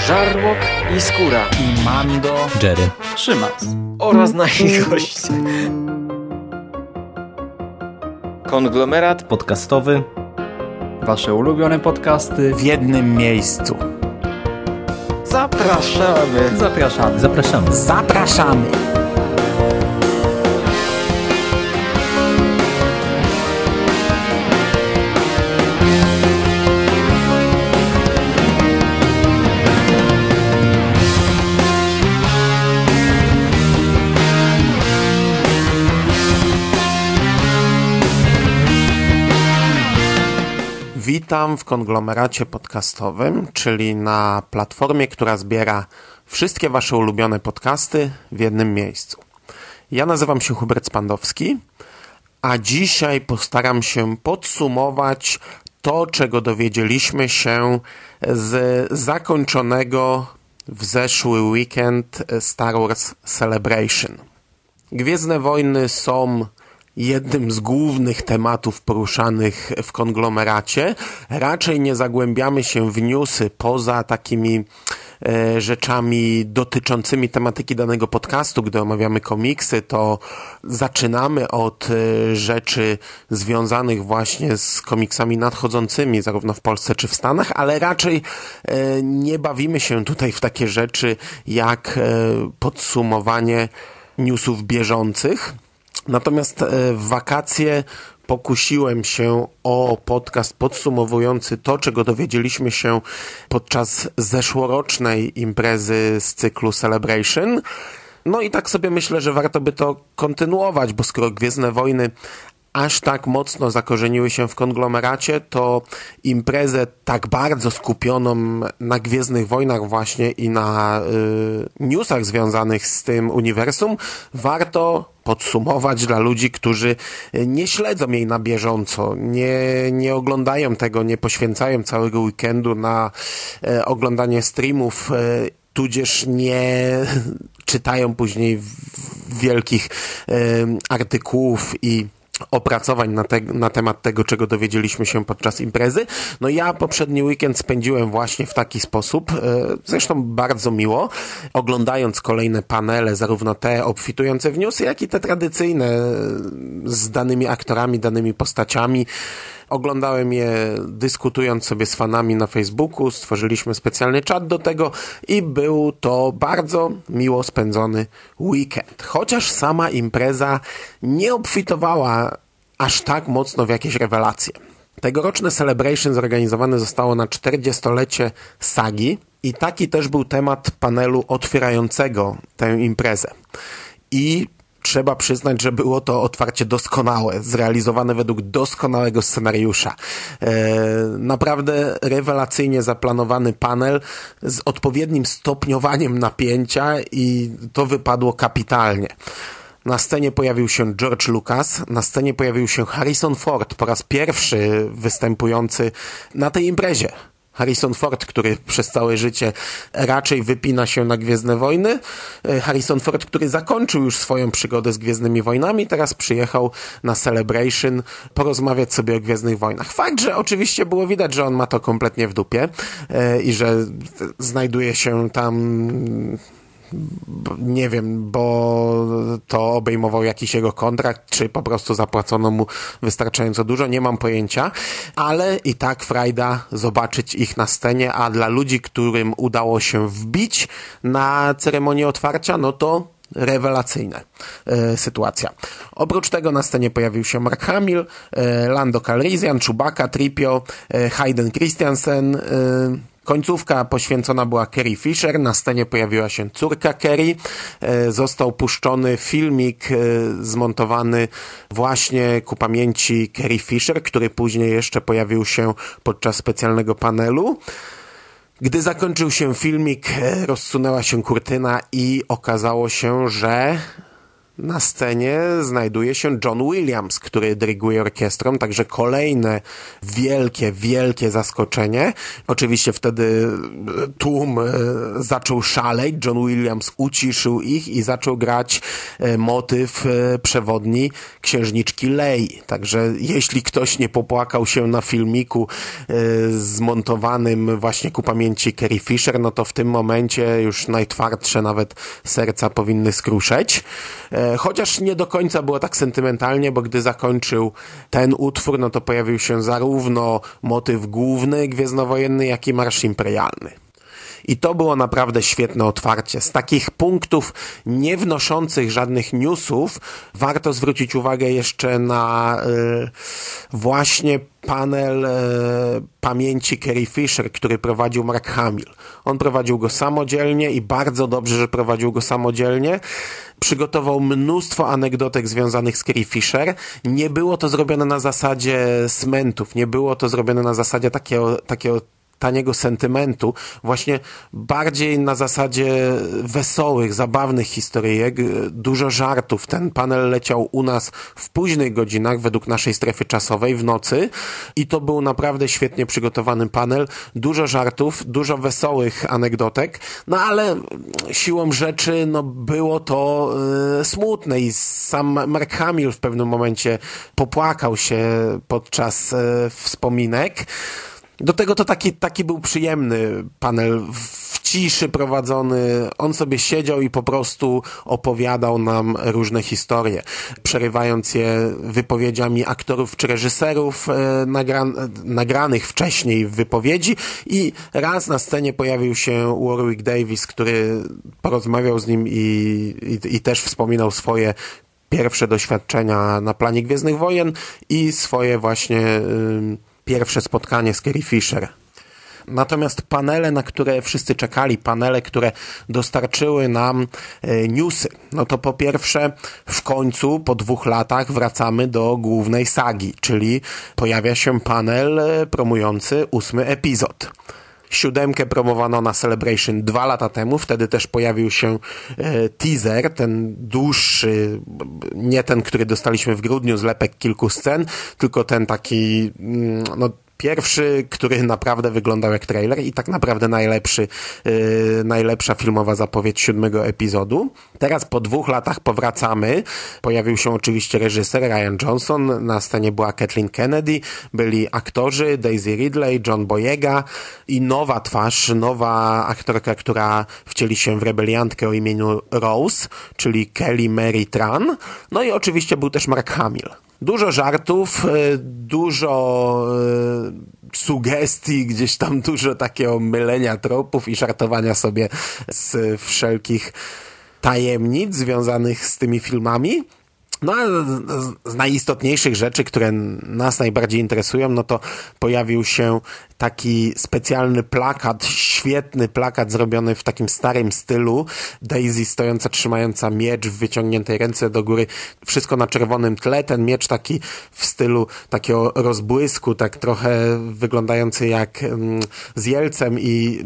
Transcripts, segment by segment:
Żarłok i Skóra i Mando, Jerry, Szymas oraz nasi goście. Konglomerat podcastowy. Wasze ulubione podcasty w jednym miejscu. Zapraszamy. Zapraszamy. Zapraszamy. Zapraszamy. Witam w konglomeracie podcastowym, czyli na platformie, która zbiera wszystkie wasze ulubione podcasty w jednym miejscu. Ja nazywam się Hubert Spandowski, a dzisiaj postaram się podsumować to, czego dowiedzieliśmy się z zakończonego w zeszły weekend Star Wars Celebration. Gwiezdne Wojny są jednym z głównych tematów poruszanych w konglomeracie. Raczej nie zagłębiamy się w newsy poza takimi rzeczami dotyczącymi tematyki danego podcastu. Gdy omawiamy komiksy, to zaczynamy od rzeczy związanych właśnie z komiksami nadchodzącymi, zarówno w Polsce czy w Stanach, ale raczej nie bawimy się tutaj w takie rzeczy jak podsumowanie newsów bieżących. Natomiast w wakacje pokusiłem się o podcast podsumowujący to, czego dowiedzieliśmy się podczas zeszłorocznej imprezy z cyklu Celebration. No i tak sobie myślę, że warto by to kontynuować, bo skoro Gwiezdne Wojny aż tak mocno zakorzeniły się w konglomeracie, to imprezę tak bardzo skupioną na Gwiezdnych Wojnach właśnie i na newsach związanych z tym uniwersum warto podsumować dla ludzi, którzy nie śledzą jej na bieżąco, nie oglądają tego, nie poświęcają całego weekendu na oglądanie streamów, tudzież nie czytają później wielkich artykułów i opracowań na temat tego, czego dowiedzieliśmy się podczas imprezy. No ja poprzedni weekend spędziłem właśnie w taki sposób, zresztą bardzo miło, oglądając kolejne panele, zarówno te obfitujące w newsy, jak i te tradycyjne z danymi aktorami, danymi postaciami. Oglądałem je dyskutując sobie z fanami na Facebooku, stworzyliśmy specjalny czat do tego i był to bardzo miło spędzony weekend. Chociaż sama impreza nie obfitowała aż tak mocno w jakieś rewelacje. Tegoroczne Celebration zorganizowane zostało na 40-lecie sagi i taki też był temat panelu otwierającego tę imprezę. I trzeba przyznać, że było to otwarcie doskonałe, zrealizowane według doskonałego scenariusza. Naprawdę rewelacyjnie zaplanowany panel z odpowiednim stopniowaniem napięcia i to wypadło kapitalnie. Na scenie pojawił się George Lucas, na scenie pojawił się Harrison Ford, po raz pierwszy występujący na tej imprezie. Harrison Ford, który przez całe życie raczej wypina się na Gwiezdne Wojny. Harrison Ford, który zakończył już swoją przygodę z Gwiezdnymi Wojnami, teraz przyjechał na Celebration porozmawiać sobie o Gwiezdnych Wojnach. Fakt, że oczywiście było widać, że on ma to kompletnie w dupie i że znajduje się tam, nie wiem, bo to obejmował jakiś jego kontrakt, czy po prostu zapłacono mu wystarczająco dużo, nie mam pojęcia, ale i tak frajda zobaczyć ich na scenie, a dla ludzi, którym udało się wbić na ceremonię otwarcia, no to rewelacyjna sytuacja. Oprócz tego na scenie pojawił się Mark Hamill, Lando Calrissian, Chewbacca, Tripio, Hayden Christensen. Końcówka poświęcona była Carrie Fisher, na scenie pojawiła się córka Carrie, został puszczony filmik zmontowany właśnie ku pamięci Carrie Fisher, który później jeszcze pojawił się podczas specjalnego panelu. Gdy zakończył się filmik, rozsunęła się kurtyna i okazało się, że na scenie znajduje się John Williams, który dyryguje orkiestrą, także kolejne wielkie zaskoczenie. Oczywiście wtedy tłum zaczął szaleć, John Williams uciszył ich i zaczął grać motyw przewodni księżniczki Lei. Także jeśli ktoś nie popłakał się na filmiku zmontowanym właśnie ku pamięci Carrie Fisher, no to w tym momencie już najtwardsze nawet serca powinny skruszeć. Chociaż nie do końca było tak sentymentalnie, bo gdy zakończył ten utwór, no to pojawił się zarówno motyw główny gwiezdnowojenny, jak i marsz imperialny. I to było naprawdę świetne otwarcie. Z takich punktów nie wnoszących żadnych newsów warto zwrócić uwagę jeszcze na właśnie panel pamięci Carrie Fisher, który prowadził Mark Hamill. On prowadził go samodzielnie i bardzo dobrze, że prowadził go samodzielnie. Przygotował mnóstwo anegdotek związanych z Carrie Fisher. Nie było to zrobione na zasadzie smentów, nie było to zrobione na zasadzie takiego taniego sentymentu, właśnie bardziej na zasadzie wesołych, zabawnych historyjek, dużo żartów. Ten panel leciał u nas w późnych godzinach, według naszej strefy czasowej, w nocy i to był naprawdę świetnie przygotowany panel. Dużo żartów, dużo wesołych anegdotek, no ale siłą rzeczy było to smutne i sam Mark Hamill w pewnym momencie popłakał się podczas wspominek. Do tego to taki był przyjemny panel, w ciszy prowadzony. On sobie siedział i po prostu opowiadał nam różne historie, przerywając je wypowiedziami aktorów czy reżyserów nagranych wcześniej w wypowiedzi i raz na scenie pojawił się Warwick Davis, który porozmawiał z nim i też wspominał swoje pierwsze doświadczenia na planie Gwiezdnych Wojen i swoje właśnie pierwsze spotkanie z Carrie Fisher. Natomiast panele, na które wszyscy czekali, panele, które dostarczyły nam newsy, no to po pierwsze w końcu po 2 latach wracamy do głównej sagi, czyli pojawia się panel promujący 8. epizod. 7 promowano na Celebration 2 lata temu, wtedy też pojawił się teaser, ten dłuższy, nie ten, który dostaliśmy w grudniu, zlepek kilku scen, tylko ten taki, pierwszy, który naprawdę wyglądał jak trailer i tak naprawdę najlepsza filmowa zapowiedź 7 epizodu. Teraz po 2 latach powracamy. Pojawił się oczywiście reżyser Rian Johnson, na scenie była Kathleen Kennedy, byli aktorzy Daisy Ridley, John Boyega i nowa twarz, nowa aktorka, która wcieli się w rebeliantkę o imieniu Rose, czyli Kelly Mary Tran. No i oczywiście był też Mark Hamill. Dużo żartów, dużo sugestii, gdzieś tam dużo takiego mylenia tropów i żartowania sobie z wszelkich tajemnic związanych z tymi filmami. No a z najistotniejszych rzeczy, które nas najbardziej interesują, no to pojawił się taki specjalny plakat, świetny plakat zrobiony w takim starym stylu. Daisy stojąca, trzymająca miecz w wyciągniętej ręce do góry, wszystko na czerwonym tle. Ten miecz taki w stylu takiego rozbłysku, tak trochę wyglądający jak z Jelcem i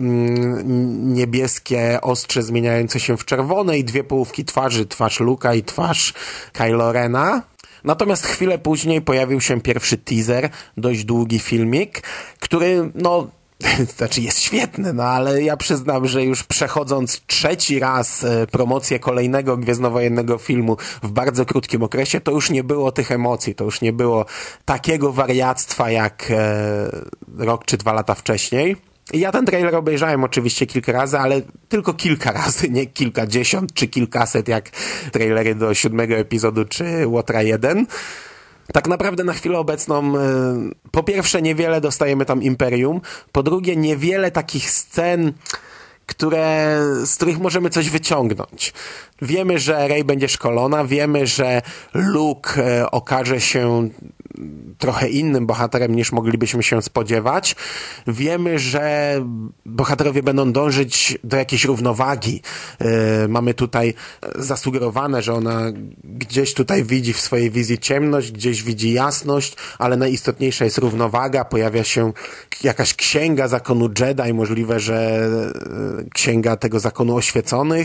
niebieskie ostrze zmieniające się w czerwone i 2 połówki twarzy, twarz Luke'a i twarz Kylo Rena. Natomiast chwilę później pojawił się pierwszy teaser, dość długi filmik, który znaczy jest świetny, ale ja przyznam, że już przechodząc 3. raz promocję kolejnego gwiezdnowojennego filmu w bardzo krótkim okresie, to już nie było tych emocji, to już nie było takiego wariactwa jak rok czy 2 lata wcześniej. I ja ten trailer obejrzałem oczywiście kilka razy, ale tylko kilka razy, nie kilkadziesiąt czy kilkaset jak trailery do 7 epizodu czy Łotra 1. Tak naprawdę na chwilę obecną po pierwsze niewiele dostajemy tam Imperium, po drugie niewiele takich scen, z których możemy coś wyciągnąć. Wiemy, że Rey będzie szkolona, wiemy, że Luke okaże się trochę innym bohaterem niż moglibyśmy się spodziewać. Wiemy, że bohaterowie będą dążyć do jakiejś równowagi. Mamy tutaj zasugerowane, że ona gdzieś tutaj widzi w swojej wizji ciemność, gdzieś widzi jasność, ale najistotniejsza jest równowaga. Pojawia się jakaś księga zakonu Jedi, możliwe, że księga tego zakonu oświeconych.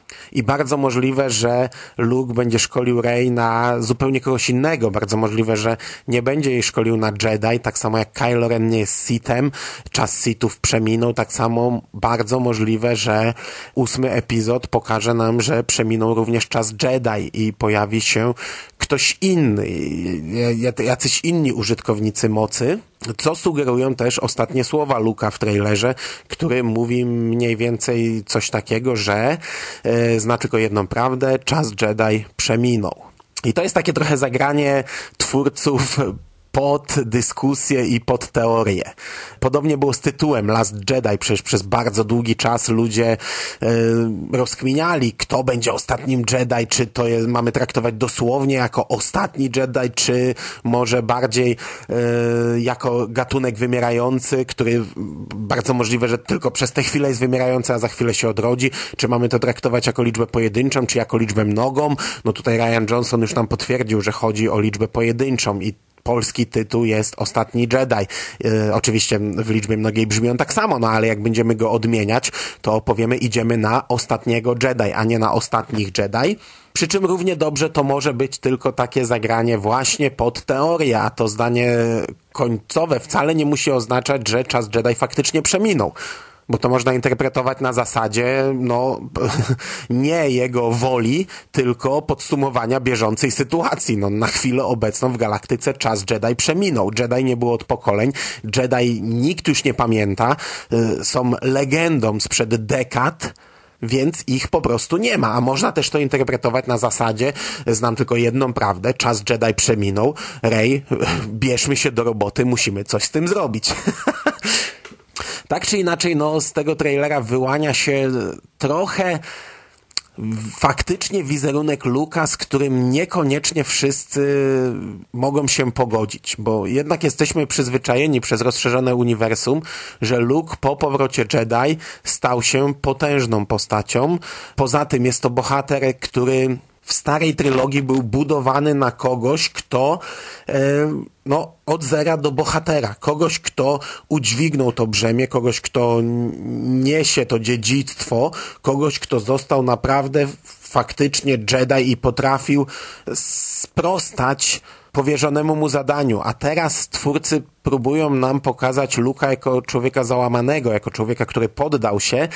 I bardzo możliwe, że Luke będzie szkolił Rey na zupełnie kogoś innego. Bardzo możliwe, że nie będzie jej szkolił na Jedi, tak samo jak Kylo Ren nie jest Sithem, czas Sithów przeminął, tak samo bardzo możliwe, że 8 epizod pokaże nam, że przeminął również czas Jedi i pojawi się ktoś inny, jacyś inni użytkownicy mocy, co sugerują też ostatnie słowa Luke'a w trailerze, który mówi mniej więcej coś takiego, że zna tylko jedną prawdę, czas Jedi przeminął. I to jest takie trochę zagranie twórców pod dyskusję i pod teorię. Podobnie było z tytułem Last Jedi. Przecież przez bardzo długi czas ludzie rozkminiali, kto będzie ostatnim Jedi, czy to mamy traktować dosłownie jako ostatni Jedi, czy może bardziej jako gatunek wymierający, który bardzo możliwe, że tylko przez tę chwilę jest wymierający, a za chwilę się odrodzi, czy mamy to traktować jako liczbę pojedynczą, czy jako liczbę mnogą. No tutaj Rian Johnson już nam potwierdził, że chodzi o liczbę pojedynczą i polski tytuł jest Ostatni Jedi. Oczywiście w liczbie mnogiej brzmią tak samo, no ale jak będziemy go odmieniać, to powiemy idziemy na Ostatniego Jedi, a nie na Ostatnich Jedi. Przy czym równie dobrze to może być tylko takie zagranie właśnie pod teorię, a to zdanie końcowe wcale nie musi oznaczać, że czas Jedi faktycznie przeminął. Bo to można interpretować na zasadzie, no, nie jego woli, tylko podsumowania bieżącej sytuacji. No, na chwilę obecną w galaktyce czas Jedi przeminął. Jedi nie było od pokoleń. Jedi nikt już nie pamięta. Są legendą sprzed dekad, więc ich po prostu nie ma. A można też to interpretować na zasadzie, znam tylko jedną prawdę, czas Jedi przeminął. Rey, bierzmy się do roboty, musimy coś z tym zrobić. Tak czy inaczej, no z tego trailera wyłania się trochę faktycznie wizerunek Luke'a, z którym niekoniecznie wszyscy mogą się pogodzić, bo jednak jesteśmy przyzwyczajeni przez rozszerzone uniwersum, że Luke po powrocie Jedi stał się potężną postacią. Poza tym jest to bohater, który w starej trylogii był budowany na kogoś, kto od zera do bohatera. Kogoś, kto udźwignął to brzemię, kogoś, kto niesie to dziedzictwo, kogoś, kto został naprawdę faktycznie Jedi i potrafił sprostać powierzonemu mu zadaniu. A teraz twórcy próbują nam pokazać Luke'a jako człowieka załamanego, jako człowieka, który poddał się.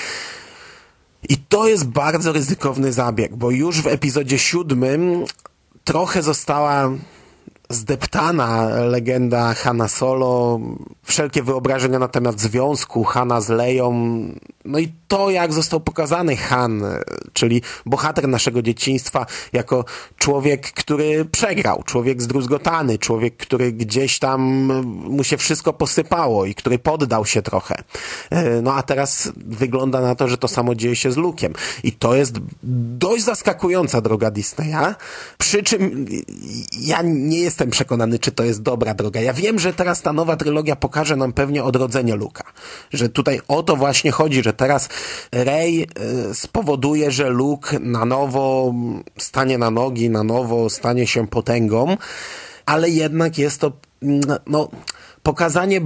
I to jest bardzo ryzykowny zabieg, bo już w epizodzie 7 trochę została zdeptana legenda Hana Solo, wszelkie wyobrażenia na temat związku Hana z Leją, no i to, jak został pokazany Han, czyli bohater naszego dzieciństwa, jako człowiek, który przegrał, człowiek zdruzgotany, człowiek, który gdzieś tam mu się wszystko posypało i który poddał się trochę. No a teraz wygląda na to, że to samo dzieje się z Luke'em. I to jest dość zaskakująca droga Disneya, przy czym ja nie jestem przekonany, czy to jest dobra droga. Ja wiem, że teraz ta nowa trylogia pokaże nam pewnie odrodzenie Luke'a. Że tutaj o to właśnie chodzi, że teraz Rey spowoduje, że Luke na nowo stanie na nogi, na nowo stanie się potęgą, ale jednak jest to pokazanie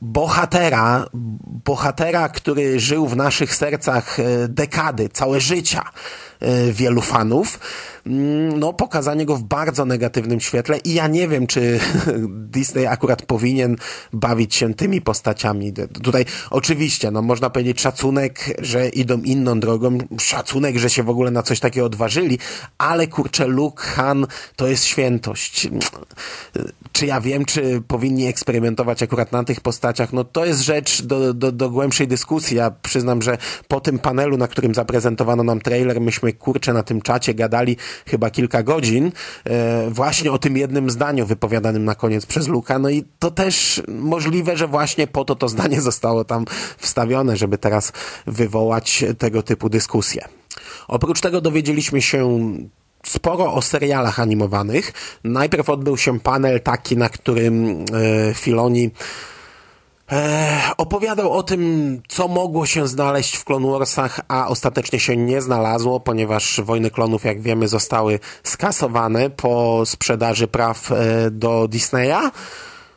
bohatera, który żył w naszych sercach dekady, całe życia wielu fanów, pokazanie go w bardzo negatywnym świetle i ja nie wiem, czy Disney akurat powinien bawić się tymi postaciami. Tutaj oczywiście, można powiedzieć szacunek, że idą inną drogą, szacunek, że się w ogóle na coś takiego odważyli, ale kurczę, Luke, Han to jest świętość. Czy ja wiem, czy powinni eksperymentować akurat na tych postaciach? To jest rzecz do głębszej dyskusji. Ja przyznam, że po tym panelu, na którym zaprezentowano nam trailer, myśmy na tym czacie gadali chyba kilka godzin właśnie o tym jednym zdaniu wypowiadanym na koniec przez Luke'a. I to też możliwe, że właśnie po to zdanie zostało tam wstawione, żeby teraz wywołać tego typu dyskusje. Oprócz tego dowiedzieliśmy się sporo o serialach animowanych. Najpierw odbył się panel taki, na którym Filoni opowiadał o tym, co mogło się znaleźć w Clone Warsach, a ostatecznie się nie znalazło, ponieważ Wojny Klonów, jak wiemy, zostały skasowane po sprzedaży praw do Disneya.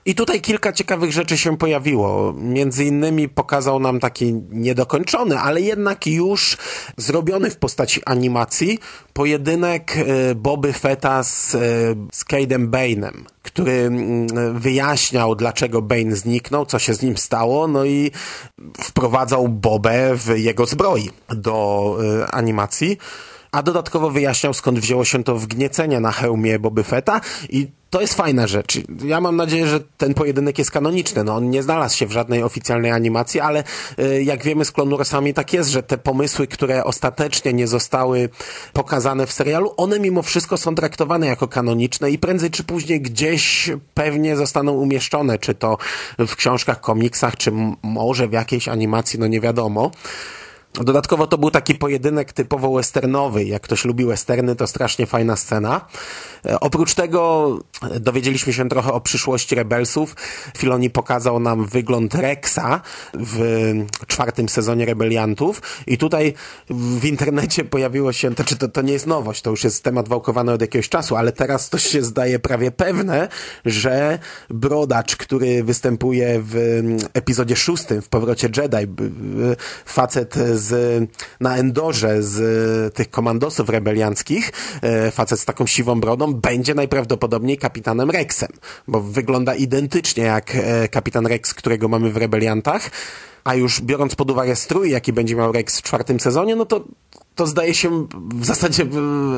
I tutaj kilka ciekawych rzeczy się pojawiło. Między innymi pokazał nam taki niedokończony, ale jednak już zrobiony w postaci animacji pojedynek Boby Fetta z Cade'em Bane'em, który wyjaśniał, dlaczego Bane zniknął, co się z nim stało, no i wprowadzał Bobę w jego zbroi do animacji, a dodatkowo wyjaśniał, skąd wzięło się to wgniecenie na hełmie Boby Fetta i to jest fajna rzecz. Ja mam nadzieję, że ten pojedynek jest kanoniczny. No, on nie znalazł się w żadnej oficjalnej animacji, ale jak wiemy z Clone Warsami tak jest, że te pomysły, które ostatecznie nie zostały pokazane w serialu, one mimo wszystko są traktowane jako kanoniczne i prędzej czy później gdzieś pewnie zostaną umieszczone, czy to w książkach, komiksach, czy może w jakiejś animacji, no nie wiadomo. Dodatkowo to był taki pojedynek typowo westernowy. Jak ktoś lubi westerny, to strasznie fajna scena. Oprócz tego dowiedzieliśmy się trochę o przyszłości Rebelsów. Filoni pokazał nam wygląd Rexa w 4. sezonie Rebeliantów i tutaj w internecie pojawiło się, to nie jest nowość, to już jest temat wałkowany od jakiegoś czasu, ale teraz to się zdaje prawie pewne, że brodacz, który występuje w epizodzie 6 w Powrocie Jedi, facet na Endorze z tych komandosów rebelianckich, facet z taką siwą brodą, będzie najprawdopodobniej kapitanem Rexem, bo wygląda identycznie jak kapitan Rex, którego mamy w Rebeliantach, a już biorąc pod uwagę strój, jaki będzie miał Rex w 4. sezonie, no to zdaje się w zasadzie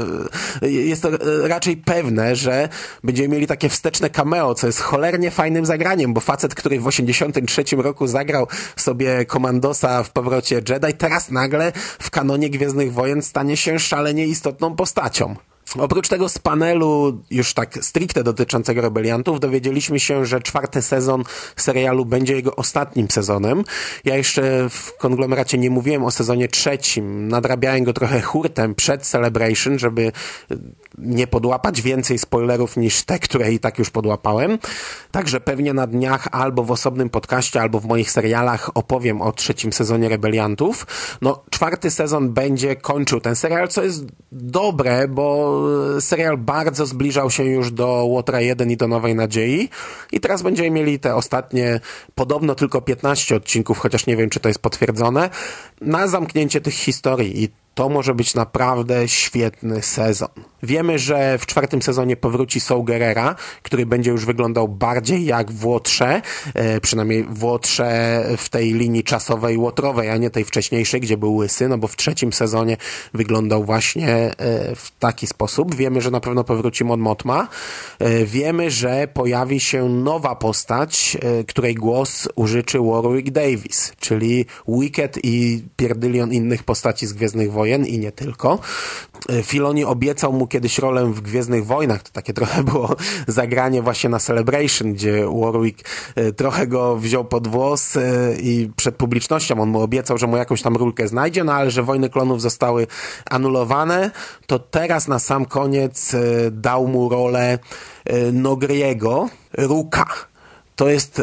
jest to raczej pewne, że będziemy mieli takie wsteczne cameo, co jest cholernie fajnym zagraniem, bo facet, który w 83 roku zagrał sobie komandosa w Powrocie Jedi, teraz nagle w kanonie Gwiezdnych Wojen stanie się szalenie istotną postacią. Oprócz tego z panelu już tak stricte dotyczącego Rebeliantów dowiedzieliśmy się, że 4. sezon serialu będzie jego ostatnim sezonem. Ja jeszcze w konglomeracie nie mówiłem o sezonie 3. Nadrabiałem go trochę hurtem przed Celebration, żeby nie podłapać więcej spoilerów niż te, które i tak już podłapałem. Także pewnie na dniach albo w osobnym podcaście, albo w moich serialach opowiem o 3. sezonie Rebeliantów. No, 4. sezon będzie kończył ten serial, co jest dobre, bo serial bardzo zbliżał się już do Łotra 1 i do Nowej Nadziei i teraz będziemy mieli te ostatnie, podobno tylko 15 odcinków, chociaż nie wiem, czy to jest potwierdzone, na zamknięcie tych historii i to może być naprawdę świetny sezon. Wiemy, że w 4. sezonie powróci Saw Gerrera, który będzie już wyglądał bardziej jak w Łotrze, przynajmniej w Łotrze w tej linii czasowej łotrowej, a nie tej wcześniejszej, gdzie był łysy, no bo w 3. sezonie wyglądał właśnie w taki sposób. Wiemy, że na pewno powróci Mon Mothma. Wiemy, że pojawi się nowa postać, której głos użyczy Warwick Davis, czyli Wicket i pierdylion innych postaci z Gwiezdnych Wojen i nie tylko. Filoni obiecał mu kiedyś rolę w Gwiezdnych Wojnach, to takie trochę było zagranie właśnie na Celebration, gdzie Warwick trochę go wziął pod włos i przed publicznością on mu obiecał, że mu jakąś tam rulkę znajdzie, no ale że Wojny Klonów zostały anulowane, to teraz na sam koniec dał mu rolę Nogriego, Ruka. To jest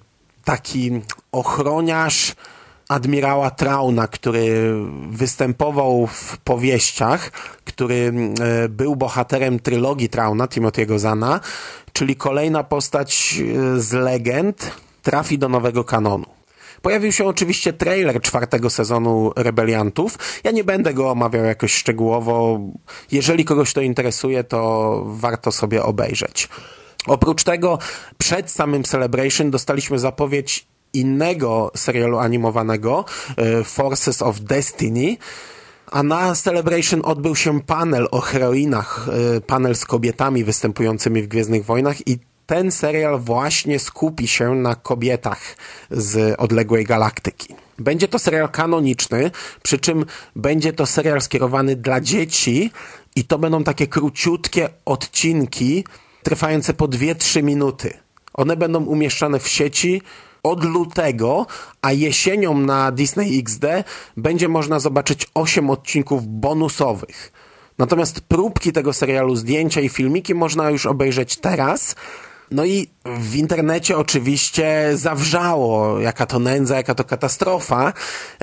taki ochroniarz admirała Trauna, który występował w powieściach, który był bohaterem trylogii Trauna, Timothy'ego Zahna, czyli kolejna postać z legend trafi do nowego kanonu. Pojawił się oczywiście trailer 4. sezonu Rebeliantów. Ja nie będę go omawiał jakoś szczegółowo. Jeżeli kogoś to interesuje, to warto sobie obejrzeć. Oprócz tego przed samym Celebration dostaliśmy zapowiedź innego serialu animowanego, Forces of Destiny, a na Celebration odbył się panel o heroinach, panel z kobietami występującymi w Gwiezdnych Wojnach i ten serial właśnie skupi się na kobietach z odległej galaktyki. Będzie to serial kanoniczny, przy czym będzie to serial skierowany dla dzieci i to będą takie króciutkie odcinki trwające po 2-3 minuty. One będą umieszczane w sieci od lutego, a jesienią na Disney XD będzie można zobaczyć 8 odcinków bonusowych. Natomiast próbki tego serialu, zdjęcia i filmiki można już obejrzeć teraz. No i w internecie oczywiście zawrzało, jaka to nędza, jaka to katastrofa.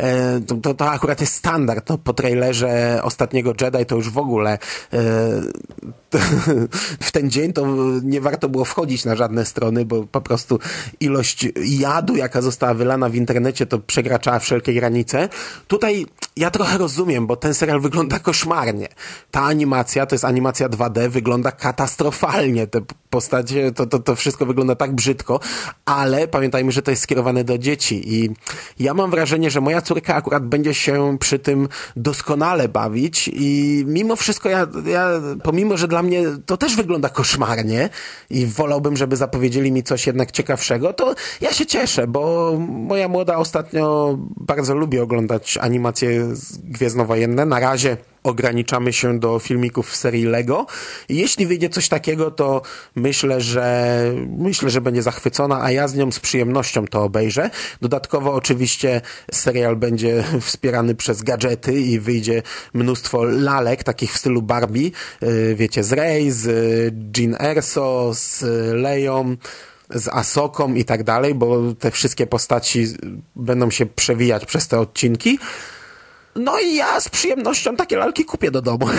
To akurat jest standard. No, po trailerze Ostatniego Jedi to już w ogóle w ten dzień to nie warto było wchodzić na żadne strony, bo po prostu ilość jadu, jaka została wylana w internecie, to przekraczała wszelkie granice. Tutaj ja trochę rozumiem, bo ten serial wygląda koszmarnie. Ta animacja, to jest animacja 2D, wygląda katastrofalnie. Te postacie, to wszystko wygląda tak brzydko, ale pamiętajmy, że to jest skierowane do dzieci i ja mam wrażenie, że moja córka akurat będzie się przy tym doskonale bawić i mimo wszystko ja pomimo, że dla mnie to też wygląda koszmarnie i wolałbym, żeby zapowiedzieli mi coś jednak ciekawszego, to ja się cieszę, bo moja młoda ostatnio bardzo lubi oglądać animacje gwiezdnowojenne. Na razie ograniczamy się do filmików w serii Lego i jeśli wyjdzie coś takiego, to myślę, że będzie zachwycona, a ja z nią z przyjemnością to obejrzę. Dodatkowo oczywiście serial będzie wspierany przez gadżety i wyjdzie mnóstwo lalek, takich w stylu Barbie, wiecie, z Rey, z Jyn Erso, z Leją, z Asoką i tak dalej, bo te wszystkie postaci będą się przewijać przez te odcinki. No i ja z przyjemnością takie lalki kupię do domu.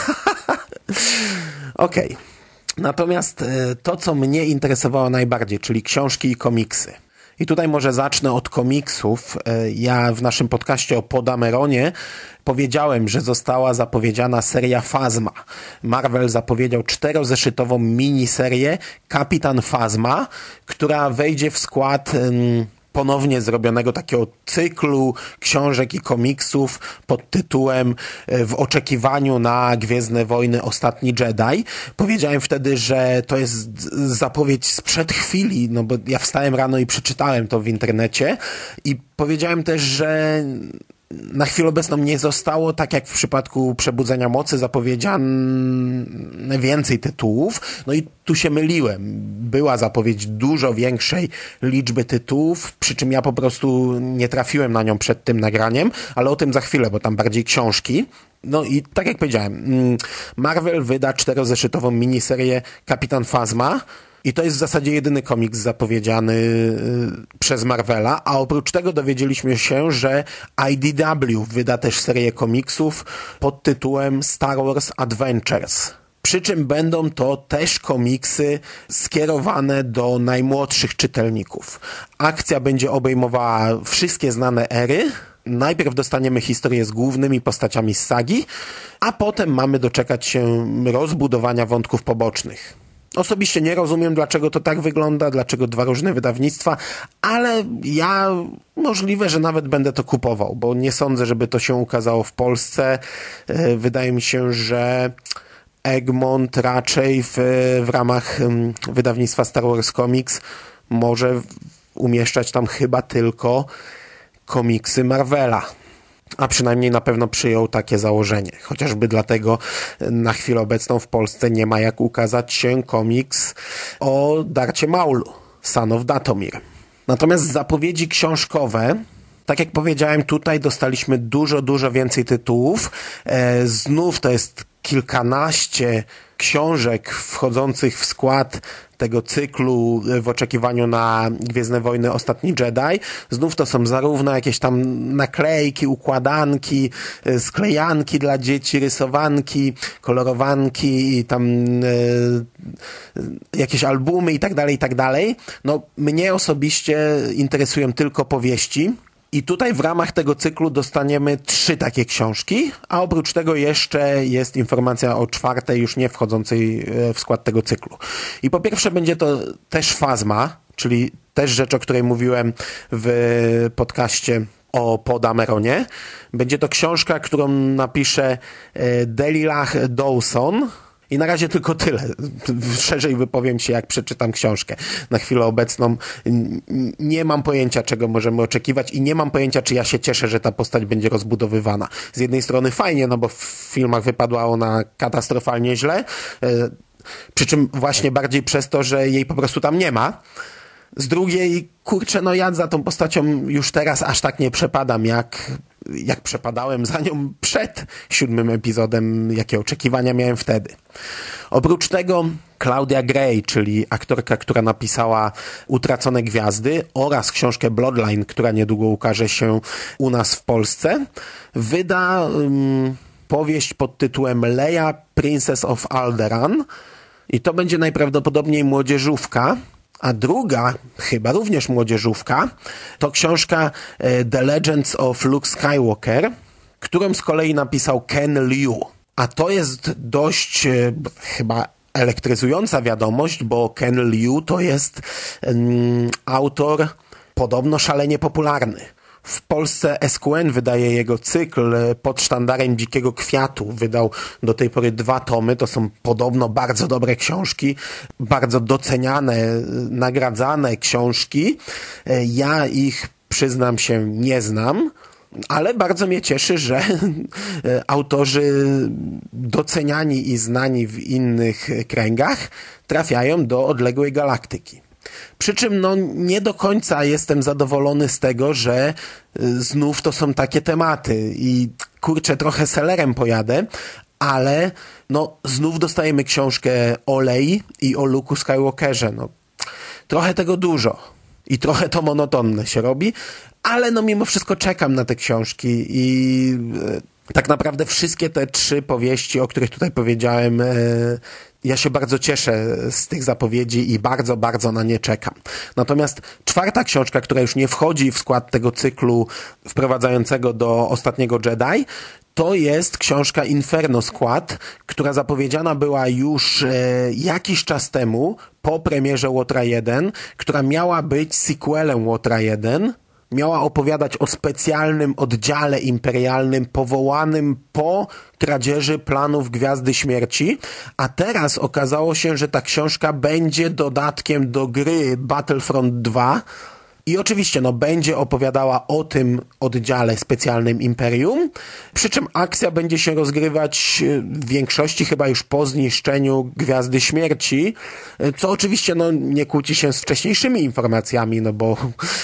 Okej. Natomiast to, co mnie interesowało najbardziej, czyli książki i komiksy. I tutaj może zacznę od komiksów. Ja w naszym podcaście o Podameronie powiedziałem, że została zapowiedziana seria Phasma. Marvel zapowiedział 4-zeszytową miniserię Kapitan Phasma, która wejdzie w skład ponownie zrobionego takiego cyklu książek i komiksów pod tytułem W oczekiwaniu na Gwiezdne Wojny Ostatni Jedi. Powiedziałem wtedy, że to jest zapowiedź sprzed chwili, no bo ja wstałem rano i przeczytałem to w internecie i powiedziałem też, że na chwilę obecną nie zostało, tak jak w przypadku Przebudzenia Mocy, zapowiedziane więcej tytułów. No i tu się myliłem. Była zapowiedź dużo większej liczby tytułów, przy czym ja po prostu nie trafiłem na nią przed tym nagraniem, ale o tym za chwilę, bo tam bardziej książki. No i tak jak powiedziałem, Marvel wyda 4-zeszytową miniserię Kapitan Phasma. I to jest w zasadzie jedyny komiks zapowiedziany przez Marvela, a oprócz tego dowiedzieliśmy się, że IDW wyda też serię komiksów pod tytułem Star Wars Adventures. Przy czym będą to też komiksy skierowane do najmłodszych czytelników. Akcja będzie obejmowała wszystkie znane ery. Najpierw dostaniemy historię z głównymi postaciami z sagi, a potem mamy doczekać się rozbudowania wątków pobocznych. Osobiście nie rozumiem, dlaczego to tak wygląda, dlaczego 2 różne wydawnictwa, ale ja możliwe, że nawet będę to kupował, bo nie sądzę, żeby to się ukazało w Polsce. Wydaje mi się, że Egmont raczej w ramach wydawnictwa Star Wars Comics może umieszczać tam chyba tylko komiksy Marvela. A przynajmniej na pewno przyjął takie założenie. Chociażby dlatego na chwilę obecną w Polsce nie ma jak ukazać się komiks o Darcie Maulu, Son of Dathomir. Natomiast zapowiedzi książkowe, tak jak powiedziałem, tutaj dostaliśmy dużo więcej tytułów. Znów to jest kilkanaście książek wchodzących w skład tego cyklu W oczekiwaniu na Gwiezdne Wojny Ostatni Jedi. Znów to są zarówno jakieś tam naklejki, układanki, sklejanki dla dzieci, rysowanki, kolorowanki i tam jakieś albumy i tak dalej. No, mnie osobiście interesują tylko powieści. I tutaj w ramach tego cyklu dostaniemy 3 takie książki, a oprócz tego jeszcze jest informacja o 4, już nie wchodzącej w skład tego cyklu. I po pierwsze będzie to też Phasma, czyli też rzecz, o której mówiłem w podcaście o Podameronie. Będzie to książka, którą napisze Delilah Dawson. I na razie tylko tyle. Szerzej wypowiem się, jak przeczytam książkę. Na chwilę obecną nie mam pojęcia, czego możemy oczekiwać i nie mam pojęcia, czy ja się cieszę, że ta postać będzie rozbudowywana. Z jednej strony fajnie, no bo w filmach wypadła ona katastrofalnie źle, przy czym właśnie bardziej przez to, że jej po prostu tam nie ma. Z drugiej, kurczę, no ja za tą postacią już teraz aż tak nie przepadam, jak przepadałem za nią przed 7 epizodem, jakie oczekiwania miałem wtedy. Oprócz tego Claudia Gray, czyli aktorka, która napisała Utracone Gwiazdy oraz książkę Bloodline, która niedługo ukaże się u nas w Polsce, wyda powieść pod tytułem Leia, Princess of Alderaan i to będzie najprawdopodobniej młodzieżówka. A druga, chyba również młodzieżówka, to książka The Legends of Luke Skywalker, którą z kolei napisał Ken Liu. A to jest dość chyba elektryzująca wiadomość, bo Ken Liu to jest autor podobno szalenie popularny. W Polsce SQN wydaje jego cykl pod sztandarem Dzikiego Kwiatu. Wydał do tej pory 2 tomy. To są podobno bardzo dobre książki, bardzo doceniane, nagradzane książki. Ja ich, przyznam się, nie znam, ale bardzo mnie cieszy, że autorzy doceniani i znani w innych kręgach trafiają do odległej galaktyki. Przy czym nie do końca jestem zadowolony z tego, że znów to są takie tematy i kurczę, trochę selerem pojadę, ale znów dostajemy książkę o Lei i o Luke'u Skywalkerze. Trochę tego dużo i trochę to monotonne się robi, ale mimo wszystko czekam na te książki i tak naprawdę wszystkie te 3 powieści, o których tutaj powiedziałem, ja się bardzo cieszę z tych zapowiedzi i bardzo, bardzo na nie czekam. Natomiast 4. książka, która już nie wchodzi w skład tego cyklu wprowadzającego do Ostatniego Jedi, to jest książka Inferno Squad, która zapowiedziana była już jakiś czas temu po premierze Łotra 1, która miała być sequelem Łotra 1, miała opowiadać o specjalnym oddziale imperialnym powołanym po kradzieży planów Gwiazdy Śmierci, a teraz okazało się, że ta książka będzie dodatkiem do gry Battlefront 2 i oczywiście będzie opowiadała o tym oddziale specjalnym Imperium, przy czym akcja będzie się rozgrywać w większości chyba już po zniszczeniu Gwiazdy Śmierci, co oczywiście nie kłóci się z wcześniejszymi informacjami, bo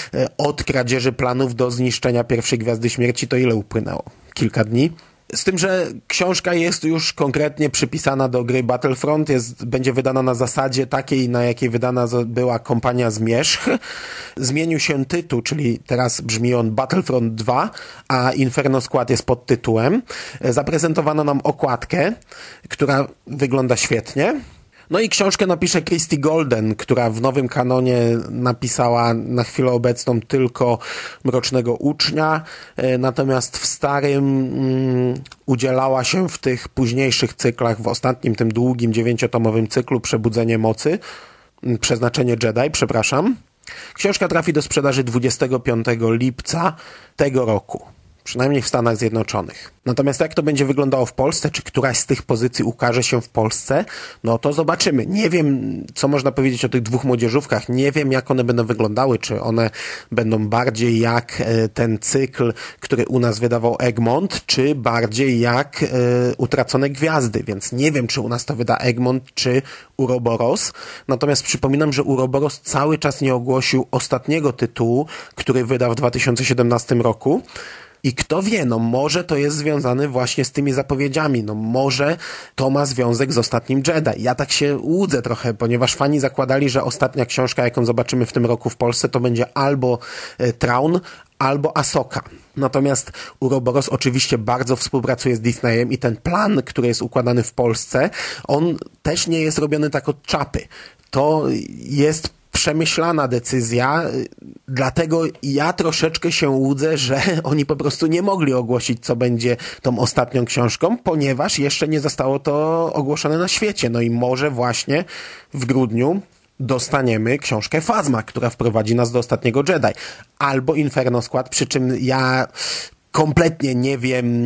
od kradzieży planów do zniszczenia pierwszej Gwiazdy Śmierci to ile upłynęło? Kilka dni? Z tym, że książka jest już konkretnie przypisana do gry Battlefront, będzie wydana na zasadzie takiej, na jakiej wydana była Kompania Zmierzch. Zmienił się tytuł, czyli teraz brzmi on Battlefront 2, a Inferno Squad jest pod tytułem. Zaprezentowano nam okładkę, która wygląda świetnie. I książkę napisze Christy Golden, która w nowym kanonie napisała na chwilę obecną tylko Mrocznego Ucznia, natomiast w starym udzielała się w tych późniejszych cyklach, w ostatnim, tym długim 9-tomowym cyklu Przebudzenie Mocy, Przeznaczenie Jedi, przepraszam. Książka trafi do sprzedaży 25 lipca tego roku. Przynajmniej w Stanach Zjednoczonych. Natomiast jak to będzie wyglądało w Polsce, czy któraś z tych pozycji ukaże się w Polsce, to zobaczymy. Nie wiem, co można powiedzieć o tych 2 młodzieżówkach. Nie wiem, jak one będą wyglądały. Czy one będą bardziej jak ten cykl, który u nas wydawał Egmont, czy bardziej jak Utracone Gwiazdy. Więc nie wiem, czy u nas to wyda Egmont, czy Uroboros. Natomiast przypominam, że Uroboros cały czas nie ogłosił ostatniego tytułu, który wyda w 2017 roku. I kto wie, może to jest związane właśnie z tymi zapowiedziami, może to ma związek z Ostatnim Jedi. Ja tak się łudzę trochę, ponieważ fani zakładali, że ostatnia książka, jaką zobaczymy w tym roku w Polsce, to będzie albo Traun, albo Ahsoka. Natomiast Uroboros oczywiście bardzo współpracuje z Disneyem i ten plan, który jest układany w Polsce, on też nie jest robiony tak od czapy. To jest przemyślana decyzja, dlatego ja troszeczkę się łudzę, że oni po prostu nie mogli ogłosić, co będzie tą ostatnią książką, ponieważ jeszcze nie zostało to ogłoszone na świecie. I może właśnie w grudniu dostaniemy książkę Phasma, która wprowadzi nas do Ostatniego Jedi. Albo Inferno Squad, przy czym ja kompletnie nie wiem,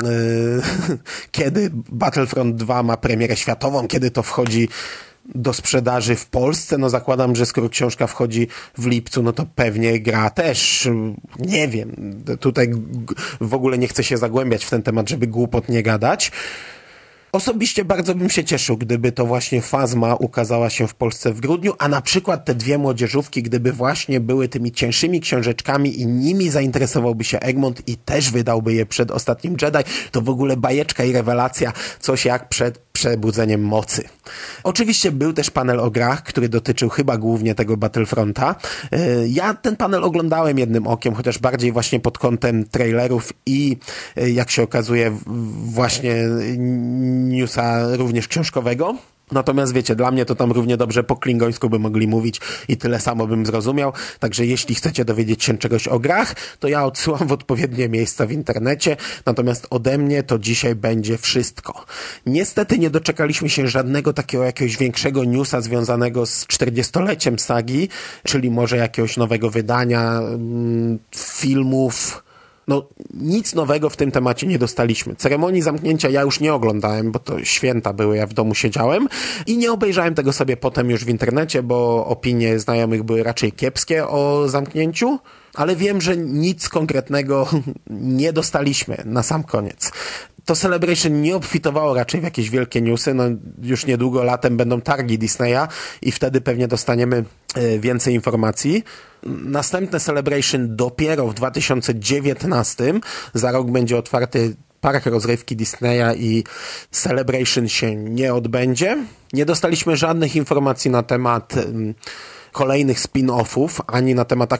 kiedy Battlefront 2 ma premierę światową, kiedy to wchodzi do sprzedaży w Polsce. Zakładam, że skoro książka wchodzi w lipcu, to pewnie gra też. Nie wiem. Tutaj w ogóle nie chcę się zagłębiać w ten temat, żeby głupot nie gadać. Osobiście bardzo bym się cieszył, gdyby to właśnie Phasma ukazała się w Polsce w grudniu, a na przykład te 2 młodzieżówki, gdyby właśnie były tymi cięższymi książeczkami i nimi zainteresowałby się Egmont i też wydałby je przed Ostatnim Jedi, to w ogóle bajeczka i rewelacja, coś jak przed przebudzeniem mocy. Oczywiście był też panel o grach, który dotyczył chyba głównie tego Battlefronta. Ja ten panel oglądałem jednym okiem, chociaż bardziej właśnie pod kątem trailerów i jak się okazuje właśnie newsa również książkowego. Natomiast wiecie, dla mnie to tam równie dobrze po klingońsku by mogli mówić i tyle samo bym zrozumiał. Także jeśli chcecie dowiedzieć się czegoś o grach, to ja odsyłam w odpowiednie miejsca w internecie. Natomiast ode mnie to dzisiaj będzie wszystko. Niestety nie doczekaliśmy się żadnego takiego jakiegoś większego newsa związanego z 40-leciem sagi, czyli może jakiegoś nowego wydania, filmów. No, nic nowego w tym temacie nie dostaliśmy. Ceremonii zamknięcia ja już nie oglądałem, bo to święta były, ja w domu siedziałem i nie obejrzałem tego sobie potem już w internecie, bo opinie znajomych były raczej kiepskie o zamknięciu, ale wiem, że nic konkretnego nie dostaliśmy na sam koniec. To Celebration nie obfitowało raczej w jakieś wielkie newsy, no już niedługo latem będą targi Disneya i wtedy pewnie dostaniemy więcej informacji. Następne Celebration dopiero w 2019, za rok będzie otwarty park rozrywki Disneya i Celebration się nie odbędzie. Nie dostaliśmy żadnych informacji na temat kolejnych spin-offów, ani na temat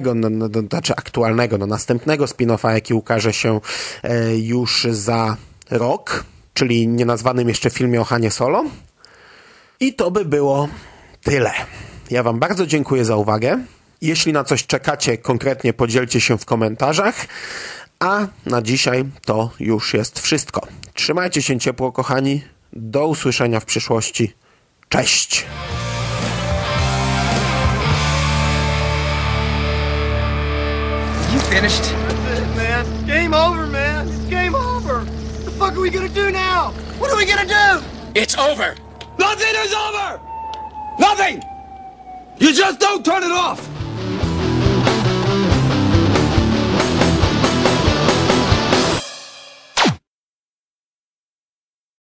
następnego spin-offa, jaki ukaże się już za rok, czyli nienazwanym jeszcze filmie o Hanie Solo. I to by było tyle. Ja wam bardzo dziękuję za uwagę. Jeśli na coś czekacie konkretnie, podzielcie się w komentarzach. A na dzisiaj to już jest wszystko. Trzymajcie się ciepło, kochani. Do usłyszenia w przyszłości. Cześć! You finished? That's it, man. Game over, man. It's game over. What the fuck are we gonna do now? What are we gonna do? It's over. Nothing is over! Nothing! You just don't turn it off!